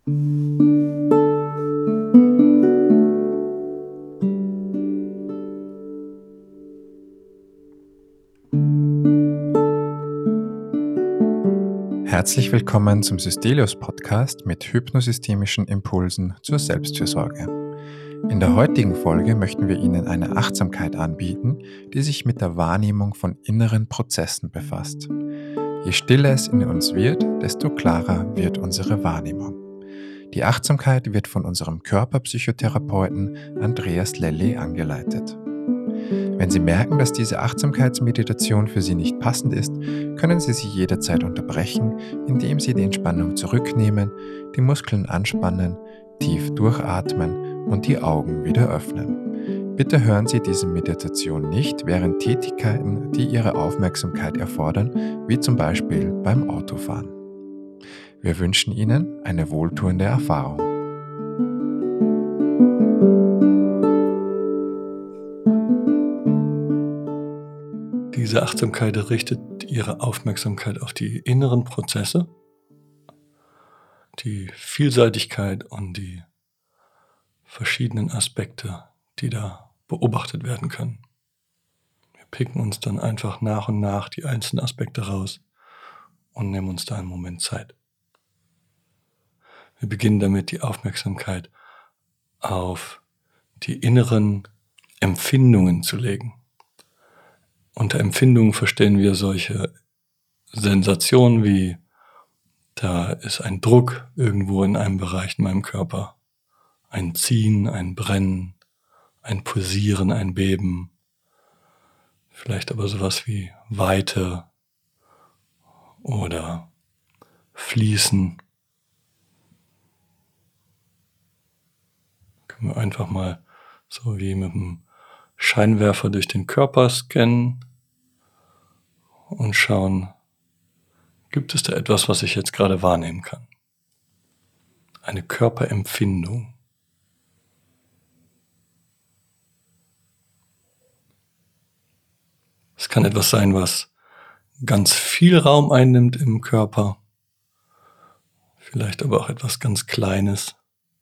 Herzlich willkommen zum Systelius Podcast mit hypnosystemischen Impulsen zur Selbstfürsorge. In der heutigen Folge möchten wir Ihnen eine Achtsamkeit anbieten, die sich mit der Wahrnehmung von inneren Prozessen befasst. Je stiller es in uns wird, desto klarer wird unsere Wahrnehmung. Die Achtsamkeit wird von unserem Körperpsychotherapeuten Andreas Lelli angeleitet. Wenn Sie merken, dass diese Achtsamkeitsmeditation für Sie nicht passend ist, können Sie sie jederzeit unterbrechen, indem Sie die Entspannung zurücknehmen, die Muskeln anspannen, tief durchatmen und die Augen wieder öffnen. Bitte hören Sie diese Meditation nicht während Tätigkeiten, die Ihre Aufmerksamkeit erfordern, wie zum Beispiel beim Autofahren. Wir wünschen Ihnen eine wohltuende Erfahrung. Diese Achtsamkeit richtet Ihre Aufmerksamkeit auf die inneren Prozesse, die Vielseitigkeit und die verschiedenen Aspekte, die da beobachtet werden können. Wir picken uns dann einfach nach und nach die einzelnen Aspekte raus und nehmen uns da einen Moment Zeit. Wir beginnen damit, die Aufmerksamkeit auf die inneren Empfindungen zu legen. Unter Empfindungen verstehen wir solche Sensationen wie: da ist ein Druck irgendwo in einem Bereich in meinem Körper, ein Ziehen, ein Brennen, ein Pulsieren, ein Beben, vielleicht aber sowas wie Weite oder Fließen. Können wir einfach mal so wie mit dem Scheinwerfer durch den Körper scannen und schauen, gibt es da etwas, was ich jetzt gerade wahrnehmen kann? Eine Körperempfindung. Es kann etwas sein, was ganz viel Raum einnimmt im Körper, vielleicht aber auch etwas ganz Kleines.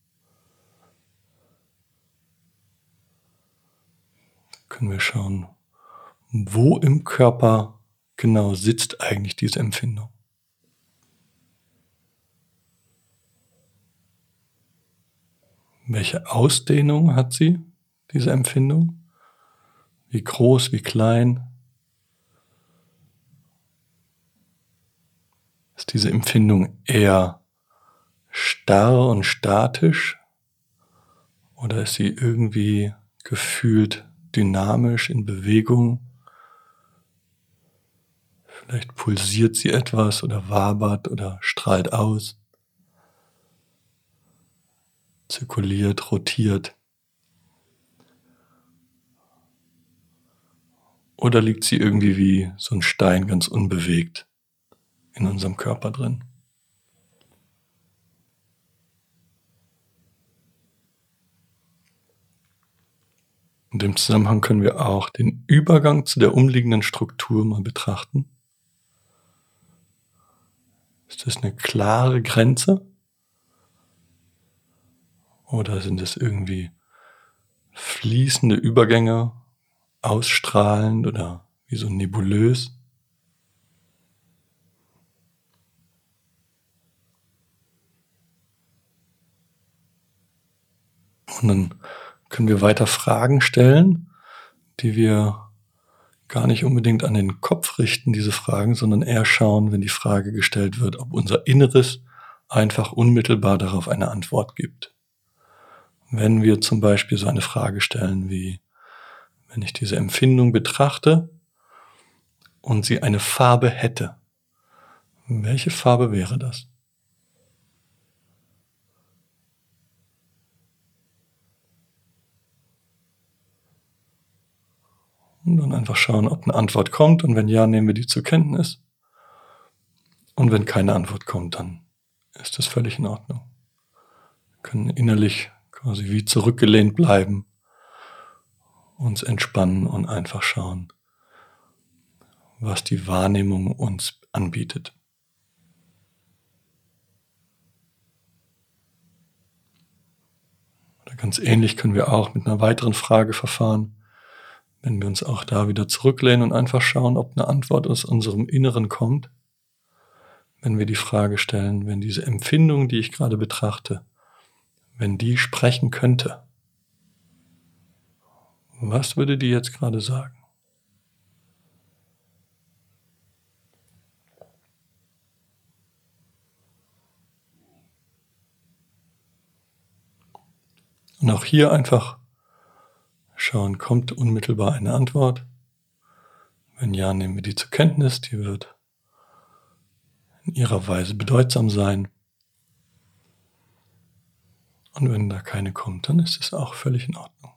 Können wir schauen, wo im Körper genau sitzt eigentlich diese Empfindung. Welche Ausdehnung hat sie, diese Empfindung? Wie groß, wie klein? Ist diese Empfindung eher starr und statisch oder ist sie irgendwie gefühlt dynamisch in Bewegung? Vielleicht pulsiert sie etwas oder wabert oder strahlt aus, zirkuliert, rotiert. Oder liegt sie irgendwie wie so ein Stein ganz unbewegt in unserem Körper drin? In dem Zusammenhang können wir auch den Übergang zu der umliegenden Struktur mal betrachten. Ist das eine klare Grenze? Oder sind es irgendwie fließende Übergänge, ausstrahlend oder wie so nebulös? Und dann können wir weiter Fragen stellen, die wir gar nicht unbedingt an den Kopf richten, diese Fragen, sondern eher schauen, wenn die Frage gestellt wird, ob unser Inneres einfach unmittelbar darauf eine Antwort gibt. Wenn wir zum Beispiel so eine Frage stellen wie: wenn ich diese Empfindung betrachte und sie eine Farbe hätte, welche Farbe wäre das? Und dann einfach schauen, ob eine Antwort kommt, und wenn ja, nehmen wir die zur Kenntnis. Und wenn keine Antwort kommt, dann ist das völlig in Ordnung. Wir können innerlich quasi wie zurückgelehnt bleiben, uns entspannen und einfach schauen, was die Wahrnehmung uns anbietet. Oder ganz ähnlich können wir auch mit einer weiteren Frage verfahren, wenn wir uns auch da wieder zurücklehnen und einfach schauen, ob eine Antwort aus unserem Inneren kommt, wenn wir die Frage stellen, wenn diese Empfindung, die ich gerade betrachte, wenn die sprechen könnte. Was würde die jetzt gerade sagen? Und auch hier einfach schauen, kommt unmittelbar eine Antwort? Wenn ja, nehmen wir die zur Kenntnis, die wird in ihrer Weise bedeutsam sein. Und wenn da keine kommt, dann ist es auch völlig in Ordnung.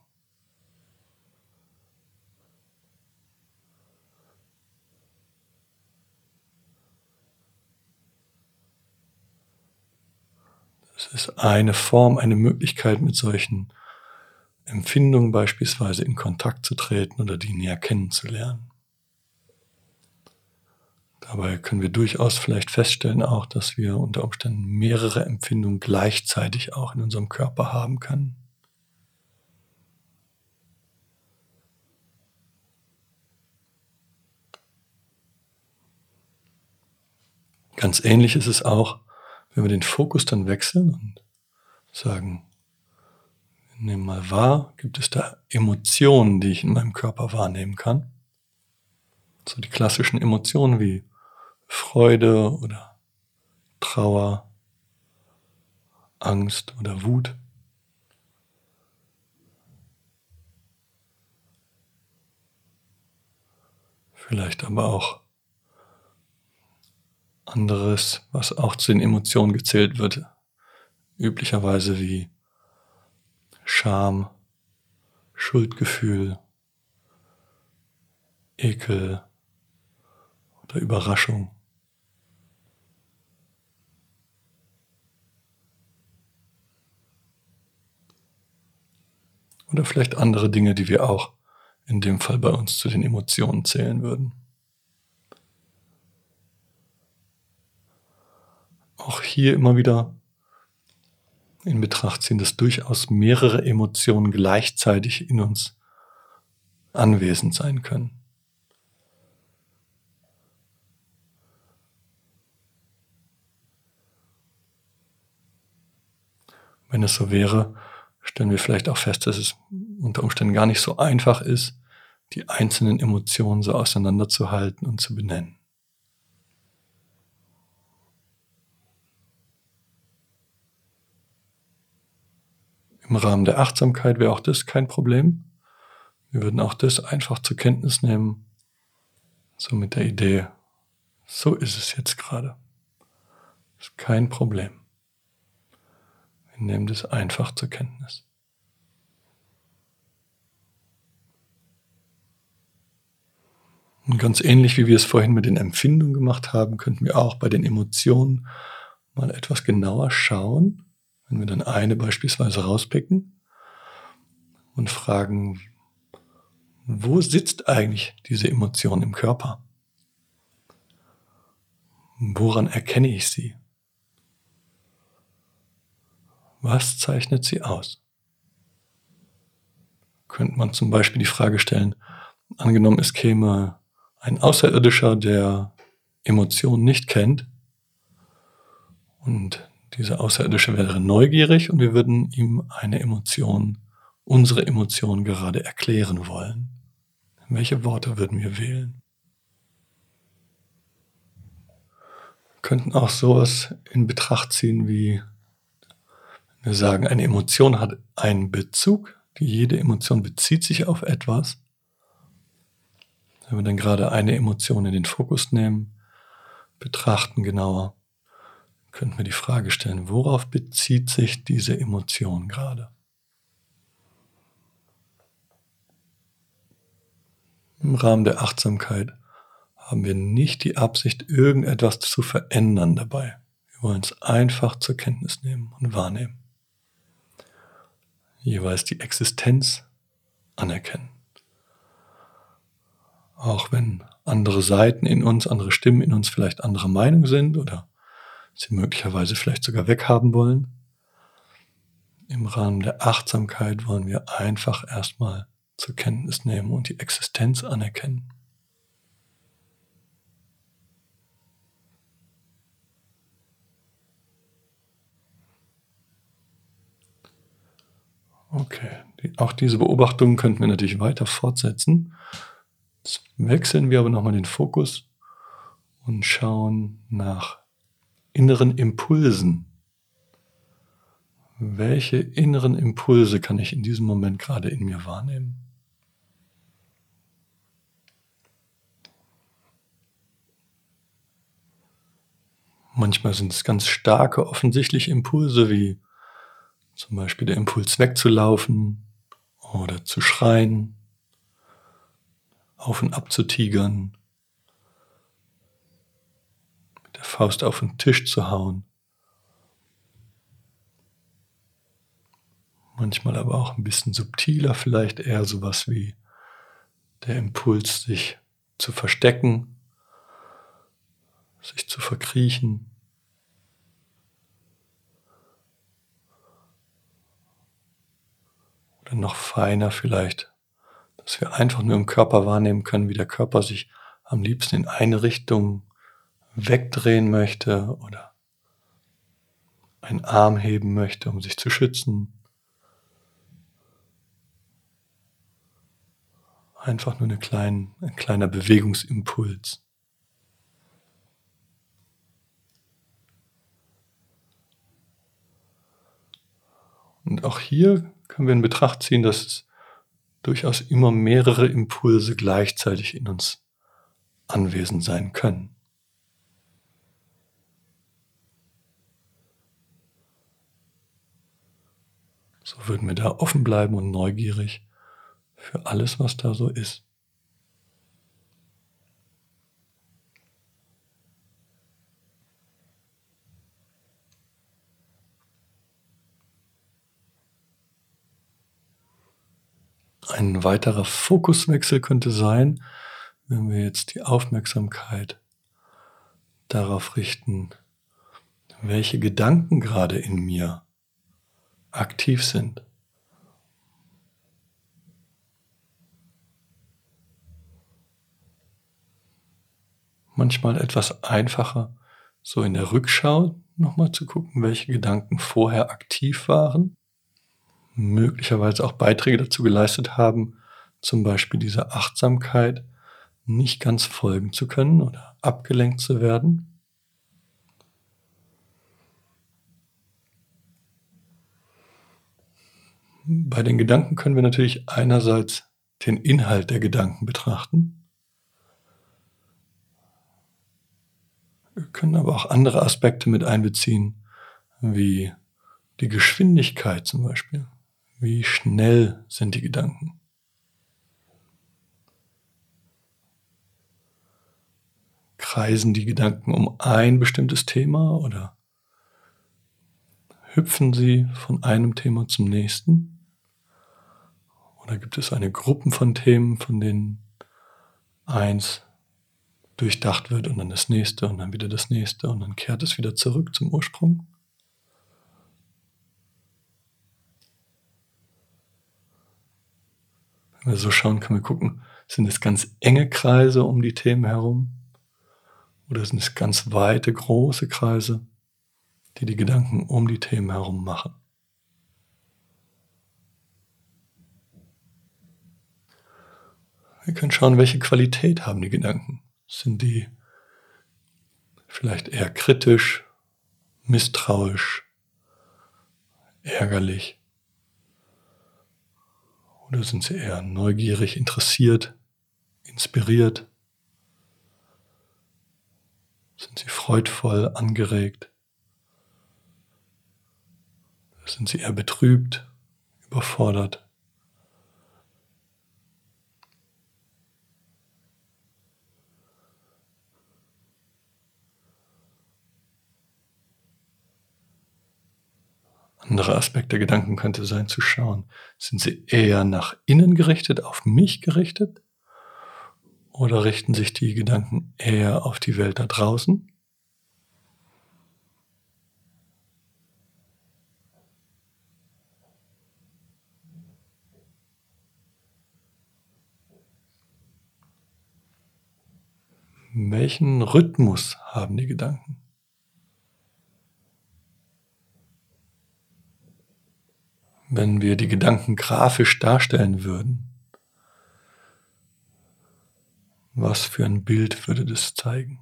Es ist eine Form, eine Möglichkeit, mit solchen Empfindungen beispielsweise in Kontakt zu treten oder die näher kennenzulernen. Dabei können wir durchaus vielleicht feststellen auch, dass wir unter Umständen mehrere Empfindungen gleichzeitig auch in unserem Körper haben können. Ganz ähnlich ist es auch, wenn wir den Fokus dann wechseln und sagen, wir nehmen mal wahr, gibt es da Emotionen, die ich in meinem Körper wahrnehmen kann? So die klassischen Emotionen wie Freude oder Trauer, Angst oder Wut. Vielleicht aber auch anderes, was auch zu den Emotionen gezählt wird, üblicherweise wie Scham, Schuldgefühl, Ekel oder Überraschung. Oder vielleicht andere Dinge, die wir auch in dem Fall bei uns zu den Emotionen zählen würden. Auch hier immer wieder in Betracht ziehen, dass durchaus mehrere Emotionen gleichzeitig in uns anwesend sein können. Wenn es so wäre, stellen wir vielleicht auch fest, dass es unter Umständen gar nicht so einfach ist, die einzelnen Emotionen so auseinanderzuhalten und zu benennen. Im Rahmen der Achtsamkeit wäre auch das kein Problem. Wir würden auch das einfach zur Kenntnis nehmen, so mit der Idee, so ist es jetzt gerade. Ist kein Problem. Wir nehmen das einfach zur Kenntnis. Und ganz ähnlich wie wir es vorhin mit den Empfindungen gemacht haben, könnten wir auch bei den Emotionen mal etwas genauer schauen, wenn wir dann eine beispielsweise rauspicken und fragen, wo sitzt eigentlich diese Emotion im Körper? Woran erkenne ich sie? Was zeichnet sie aus? Könnte man zum Beispiel die Frage stellen, angenommen es käme ein Außerirdischer, der Emotionen nicht kennt, und dieser Außerirdische wäre neugierig und wir würden ihm eine Emotion, unsere Emotion gerade erklären wollen. Welche Worte würden wir wählen? Wir könnten auch sowas in Betracht ziehen, wie wir sagen, eine Emotion hat einen Bezug. Jede Emotion bezieht sich auf etwas. Wenn wir dann gerade eine Emotion in den Fokus nehmen, betrachten genauer, könnten wir die Frage stellen, worauf bezieht sich diese Emotion gerade? Im Rahmen der Achtsamkeit haben wir nicht die Absicht, irgendetwas zu verändern dabei. Wir wollen es einfach zur Kenntnis nehmen und wahrnehmen. Jeweils die Existenz anerkennen. Auch wenn andere Seiten in uns, andere Stimmen in uns vielleicht anderer Meinung sind oder sie möglicherweise vielleicht sogar weghaben wollen, Im Rahmen der Achtsamkeit wollen wir einfach erstmal zur Kenntnis nehmen und die Existenz anerkennen. Okay, auch diese Beobachtungen könnten wir natürlich weiter fortsetzen. Jetzt wechseln wir aber nochmal den Fokus und schauen nach inneren Impulsen. Welche inneren Impulse kann ich in diesem Moment gerade in mir wahrnehmen? Manchmal sind es ganz starke, offensichtliche Impulse, wie zum Beispiel der Impuls wegzulaufen oder zu schreien, auf und ab zu tigern, mit der Faust auf den Tisch zu hauen. Manchmal aber auch ein bisschen subtiler, vielleicht eher sowas wie der Impuls, sich zu verstecken, sich zu verkriechen. Oder noch feiner vielleicht, dass wir einfach nur im Körper wahrnehmen können, wie der Körper sich am liebsten in eine Richtung wegdrehen möchte oder einen Arm heben möchte, um sich zu schützen. Einfach nur ein kleiner Bewegungsimpuls. Und auch hier können wir in Betracht ziehen, dass es durchaus immer mehrere Impulse gleichzeitig in uns anwesend sein können. So würden wir da offen bleiben und neugierig für alles, was da so ist. Ein weiterer Fokuswechsel könnte sein, wenn wir jetzt die Aufmerksamkeit darauf richten, welche Gedanken gerade in mir aktiv sind. Manchmal etwas einfacher, so in der Rückschau nochmal zu gucken, welche Gedanken vorher aktiv waren, möglicherweise auch Beiträge dazu geleistet haben, zum Beispiel dieser Achtsamkeit nicht ganz folgen zu können oder abgelenkt zu werden. Bei den Gedanken können wir natürlich einerseits den Inhalt der Gedanken betrachten. Wir können aber auch andere Aspekte mit einbeziehen, wie die Geschwindigkeit zum Beispiel. Wie schnell sind die Gedanken? Kreisen die Gedanken um ein bestimmtes Thema oder hüpfen sie von einem Thema zum nächsten? Oder gibt es eine Gruppe von Themen, von denen eins durchdacht wird und dann das nächste und dann wieder das nächste und dann kehrt es wieder zurück zum Ursprung? Wenn wir so schauen, können wir gucken, sind es ganz enge Kreise um die Themen herum? Oder sind es ganz weite, große Kreise, die die Gedanken um die Themen herum machen? Wir können schauen, welche Qualität haben die Gedanken. Sind die vielleicht eher kritisch, misstrauisch, ärgerlich? Oder sind sie eher neugierig, interessiert, inspiriert? Sind sie freudvoll, angeregt? Oder sind sie eher betrübt, überfordert? Anderer Aspekt der Gedanken könnte sein, zu schauen, sind sie eher nach innen gerichtet, auf mich gerichtet? Oder richten sich die Gedanken eher auf die Welt da draußen? Welchen Rhythmus haben die Gedanken? Wenn wir die Gedanken grafisch darstellen würden, was für ein Bild würde das zeigen?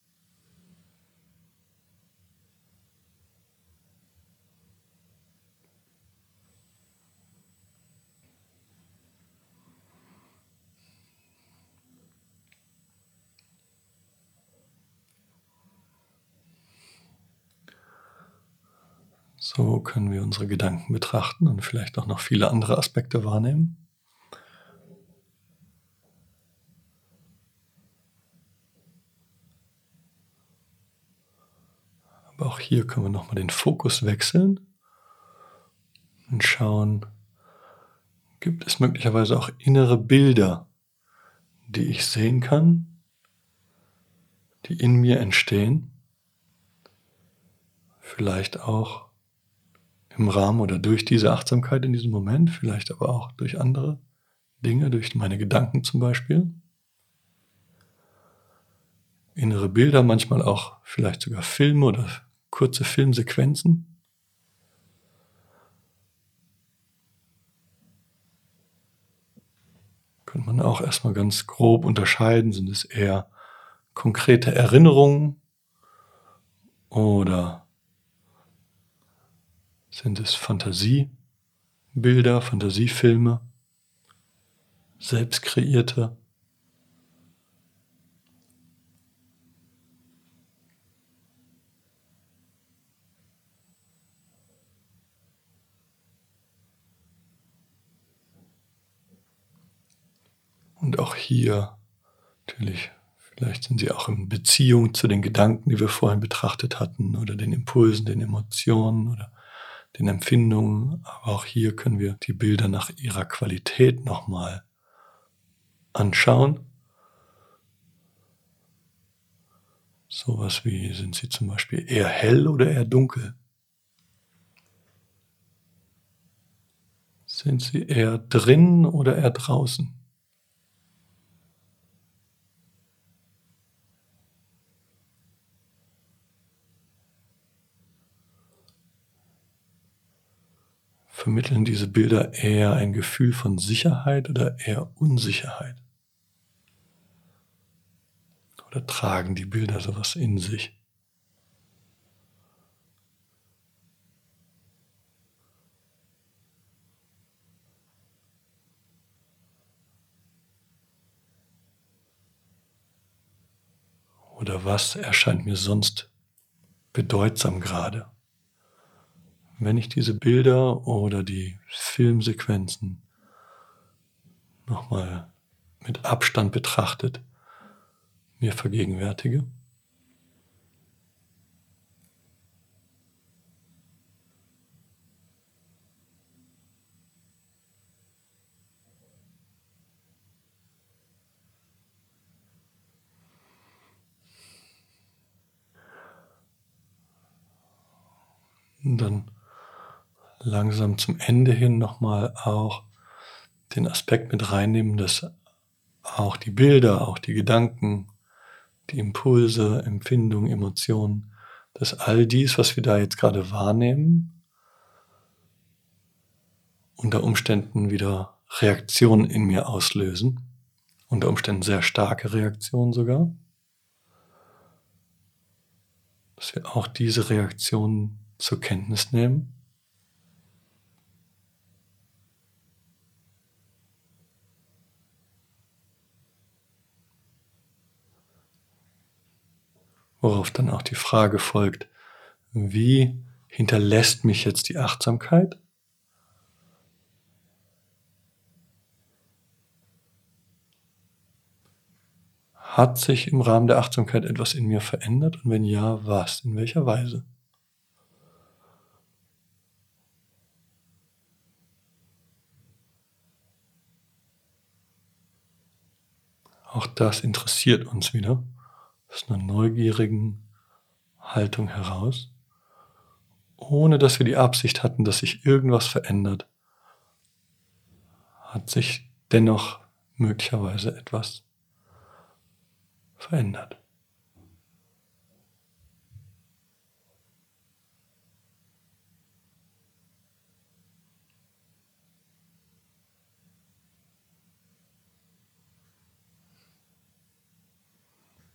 So können wir unsere Gedanken betrachten und vielleicht auch noch viele andere Aspekte wahrnehmen. Aber auch hier können wir nochmal den Fokus wechseln und schauen, gibt es möglicherweise auch innere Bilder, die ich sehen kann, die in mir entstehen, vielleicht auch im Rahmen oder durch diese Achtsamkeit in diesem Moment, vielleicht aber auch durch andere Dinge, durch meine Gedanken zum Beispiel. Innere Bilder, manchmal auch vielleicht sogar Filme oder kurze Filmsequenzen. Könnte man auch erstmal ganz grob unterscheiden, sind es eher konkrete Erinnerungen oder sind es Fantasiebilder, Fantasiefilme, selbst kreierte. Und auch hier natürlich, vielleicht sind sie auch in Beziehung zu den Gedanken, die wir vorhin betrachtet hatten, oder den Impulsen, den Emotionen oder den Empfindungen. Aber auch hier können wir die Bilder nach ihrer Qualität nochmal anschauen. Sowas wie, sind sie zum Beispiel eher hell oder eher dunkel? Sind sie eher drin oder eher draußen? Vermitteln diese Bilder eher ein Gefühl von Sicherheit oder eher Unsicherheit? Oder tragen die Bilder sowas in sich? Oder was erscheint mir sonst bedeutsam gerade? Wenn ich diese Bilder oder die Filmsequenzen nochmal mit Abstand betrachtet mir vergegenwärtige. Und dann langsam zum Ende hin nochmal auch den Aspekt mit reinnehmen, dass auch die Bilder, auch die Gedanken, die Impulse, Empfindungen, Emotionen, dass all dies, was wir da jetzt gerade wahrnehmen, unter Umständen wieder Reaktionen in mir auslösen, unter Umständen sehr starke Reaktionen sogar, dass wir auch diese Reaktionen zur Kenntnis nehmen. Worauf dann auch die Frage folgt, wie hinterlässt mich jetzt die Achtsamkeit? Hat sich im Rahmen der Achtsamkeit etwas in mir verändert? Und wenn ja, was? In welcher Weise? Auch das interessiert uns wieder aus einer neugierigen Haltung heraus, ohne dass wir die Absicht hatten, dass sich irgendwas verändert, hat sich dennoch möglicherweise etwas verändert.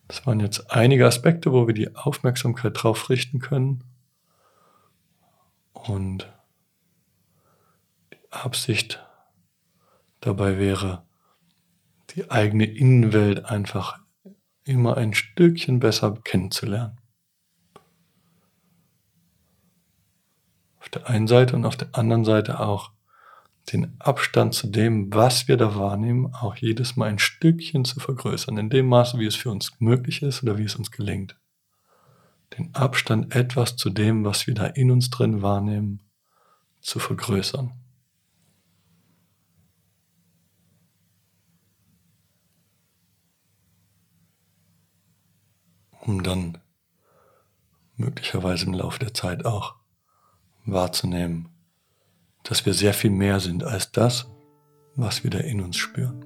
Das waren jetzt einige Aspekte, wo wir die Aufmerksamkeit drauf richten können. Und die Absicht dabei wäre, die eigene Innenwelt einfach immer ein Stückchen besser kennenzulernen. Auf der einen Seite und auf der anderen Seite auch den Abstand zu dem, was wir da wahrnehmen, auch jedes Mal ein Stückchen zu vergrößern, in dem Maße, wie es für uns möglich ist oder wie es uns gelingt. Den Abstand etwas zu dem, was wir da in uns drin wahrnehmen, zu vergrößern. Um dann möglicherweise im Laufe der Zeit auch wahrzunehmen, dass wir sehr viel mehr sind als das, was wir da in uns spüren.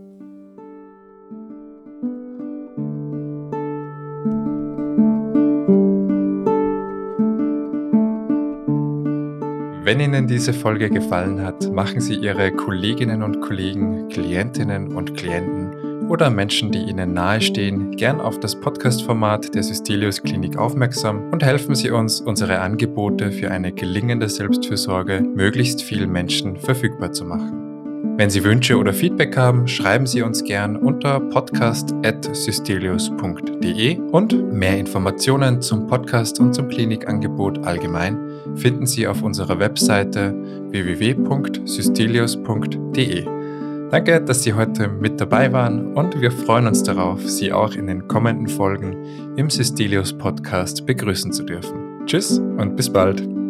Wenn Ihnen diese Folge gefallen hat, machen Sie Ihre Kolleginnen und Kollegen, Klientinnen und Klienten oder Menschen, die Ihnen nahestehen, gern auf das Podcast-Format der Systelius Klinik aufmerksam und helfen Sie uns, unsere Angebote für eine gelingende Selbstfürsorge möglichst vielen Menschen verfügbar zu machen. Wenn Sie Wünsche oder Feedback haben, schreiben Sie uns gern unter podcast@systelius.de und mehr Informationen zum Podcast und zum Klinikangebot allgemein finden Sie auf unserer Webseite www.systelius.de. Danke, dass Sie heute mit dabei waren und wir freuen uns darauf, Sie auch in den kommenden Folgen im Systelius Podcast begrüßen zu dürfen. Tschüss und bis bald.